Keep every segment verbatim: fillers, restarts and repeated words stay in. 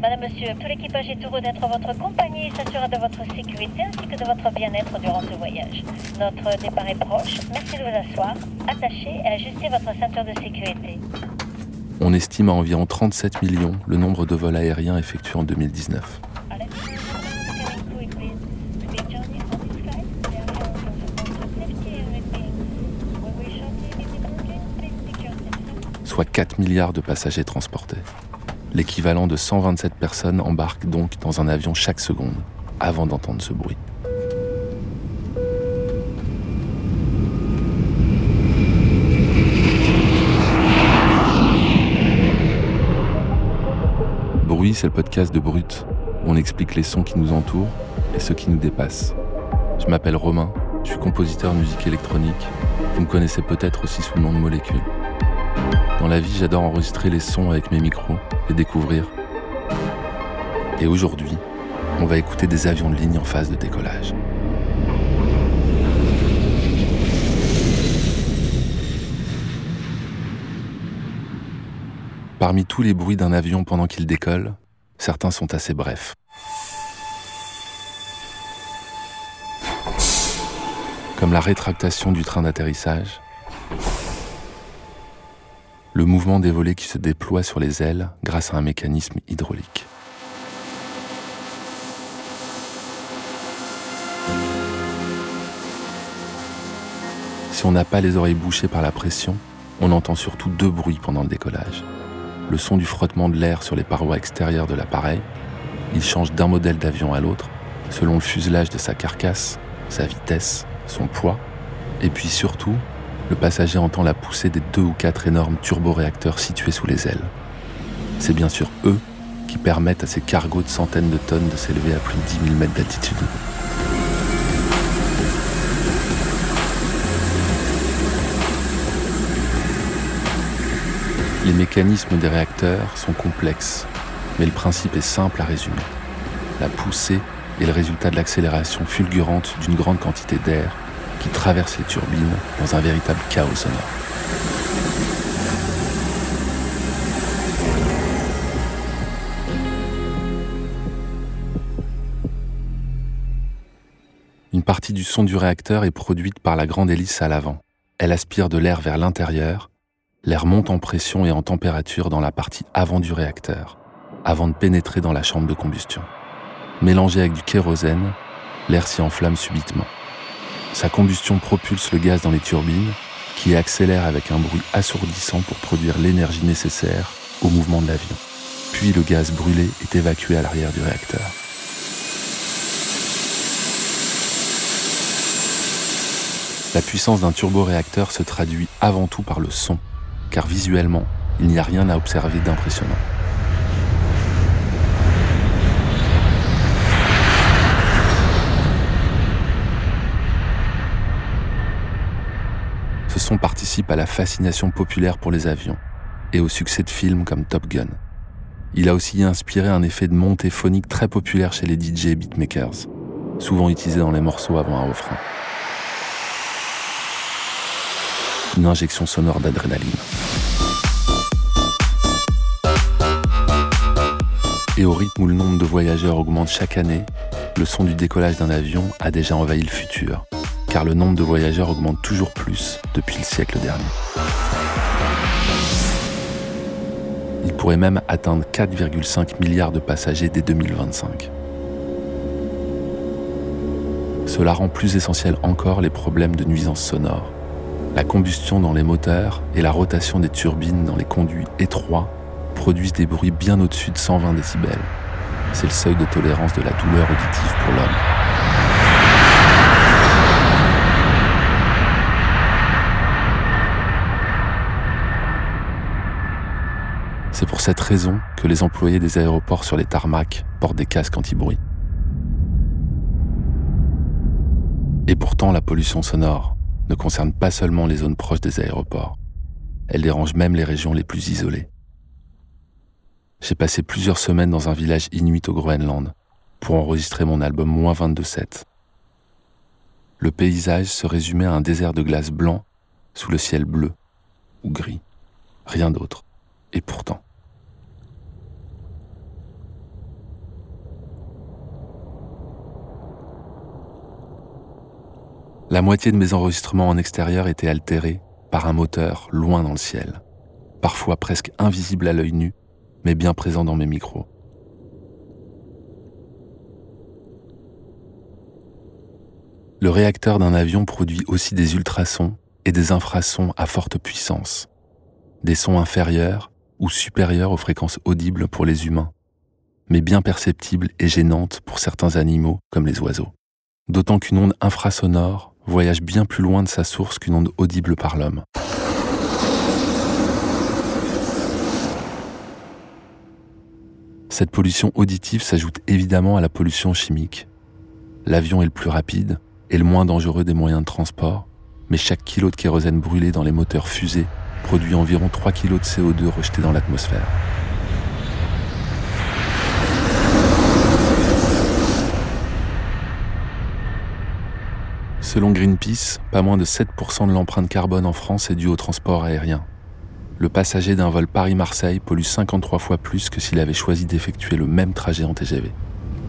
Madame, monsieur, tout l'équipage est heureux d'être votre compagnie et s'assurera de votre sécurité ainsi que de votre bien-être durant ce voyage. Notre départ est proche. Merci de vous asseoir, attachez et ajustez votre ceinture de sécurité. On estime à environ trente-sept millions le nombre de vols aériens effectués en deux mille dix-neuf. Soit quatre milliards de passagers transportés. L'équivalent de cent vingt-sept personnes embarquent donc dans un avion chaque seconde, avant d'entendre ce bruit. Bruit, c'est le podcast de Brut, où on explique les sons qui nous entourent et ceux qui nous dépassent. Je m'appelle Romain, je suis compositeur de musique électronique. Vous me connaissez peut-être aussi sous le nom de Molécule. Dans la vie, j'adore enregistrer les sons avec mes micros, les découvrir. Et aujourd'hui, on va écouter des avions de ligne en phase de décollage. Parmi tous les bruits d'un avion pendant qu'il décolle, certains sont assez brefs. Comme la rétractation du train d'atterrissage, le mouvement des volets qui se déploie sur les ailes grâce à un mécanisme hydraulique. Si on n'a pas les oreilles bouchées par la pression, on entend surtout deux bruits pendant le décollage. Le son du frottement de l'air sur les parois extérieures de l'appareil, il change d'un modèle d'avion à l'autre, selon le fuselage de sa carcasse, sa vitesse, son poids, et puis surtout, le passager entend la poussée des deux ou quatre énormes turboréacteurs situés sous les ailes. C'est bien sûr eux qui permettent à ces cargos de centaines de tonnes de s'élever à plus de dix mille mètres d'altitude. Les mécanismes des réacteurs sont complexes, mais le principe est simple à résumer. La poussée est le résultat de l'accélération fulgurante d'une grande quantité d'air qui traverse les turbines dans un véritable chaos sonore. Une partie du son du réacteur est produite par la grande hélice à l'avant. Elle aspire de l'air vers l'intérieur. L'air monte en pression et en température dans la partie avant du réacteur, avant de pénétrer dans la chambre de combustion. Mélangé avec du kérosène, l'air s'y enflamme subitement. Sa combustion propulse le gaz dans les turbines, qui accélèrent avec un bruit assourdissant pour produire l'énergie nécessaire au mouvement de l'avion. Puis le gaz brûlé est évacué à l'arrière du réacteur. La puissance d'un turboréacteur se traduit avant tout par le son, car visuellement, il n'y a rien à observer d'impressionnant. Ce son participe à la fascination populaire pour les avions et au succès de films comme Top Gun. Il a aussi inspiré un effet de montée phonique très populaire chez les D J et beatmakers, souvent utilisé dans les morceaux avant un refrain. Une injection sonore d'adrénaline. Et au rythme où le nombre de voyageurs augmente chaque année, le son du décollage d'un avion a déjà envahi le futur, car le nombre de voyageurs augmente toujours plus depuis le siècle dernier. Il pourrait même atteindre quatre virgule cinq milliards de passagers dès deux mille vingt-cinq. Cela rend plus essentiel encore les problèmes de nuisances sonores. La combustion dans les moteurs et la rotation des turbines dans les conduits étroits produisent des bruits bien au-dessus de cent vingt décibels. C'est le seuil de tolérance de la douleur auditive pour l'homme. C'est pour cette raison que les employés des aéroports sur les tarmacs portent des casques anti-bruit. Et pourtant, la pollution sonore ne concerne pas seulement les zones proches des aéroports. Elle dérange même les régions les plus isolées. J'ai passé plusieurs semaines dans un village inuit au Groenland pour enregistrer mon album moins vingt-deux sept. Le paysage se résumait à un désert de glace blanc sous le ciel bleu ou gris. Rien d'autre. Et pourtant. La moitié de mes enregistrements en extérieur étaient altérés par un moteur loin dans le ciel, parfois presque invisible à l'œil nu, mais bien présent dans mes micros. Le réacteur d'un avion produit aussi des ultrasons et des infrasons à forte puissance, des sons inférieurs ou supérieurs aux fréquences audibles pour les humains, mais bien perceptibles et gênantes pour certains animaux comme les oiseaux. D'autant qu'une onde infrasonore voyage bien plus loin de sa source qu'une onde audible par l'homme. Cette pollution auditive s'ajoute évidemment à la pollution chimique. L'avion est le plus rapide et le moins dangereux des moyens de transport, mais chaque kilo de kérosène brûlé dans les moteurs fusées produit environ trois kilos de C O deux rejetés dans l'atmosphère. Selon Greenpeace, pas moins de sept pour cent de l'empreinte carbone en France est due au transport aérien. Le passager d'un vol Paris-Marseille pollue cinquante-trois fois plus que s'il avait choisi d'effectuer le même trajet en T G V.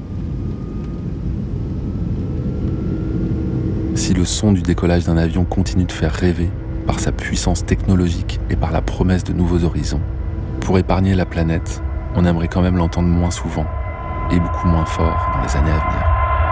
Si le son du décollage d'un avion continue de faire rêver par sa puissance technologique et par la promesse de nouveaux horizons, pour épargner la planète, on aimerait quand même l'entendre moins souvent et beaucoup moins fort dans les années à venir.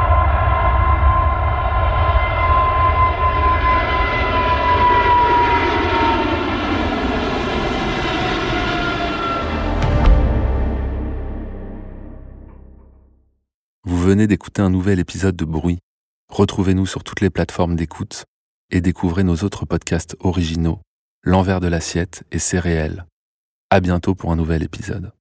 Vous venez d'écouter un nouvel épisode de Bruit. Retrouvez-nous sur toutes les plateformes d'écoute et découvrez nos autres podcasts originaux, L'envers de l'assiette et C'est réel. À bientôt pour un nouvel épisode.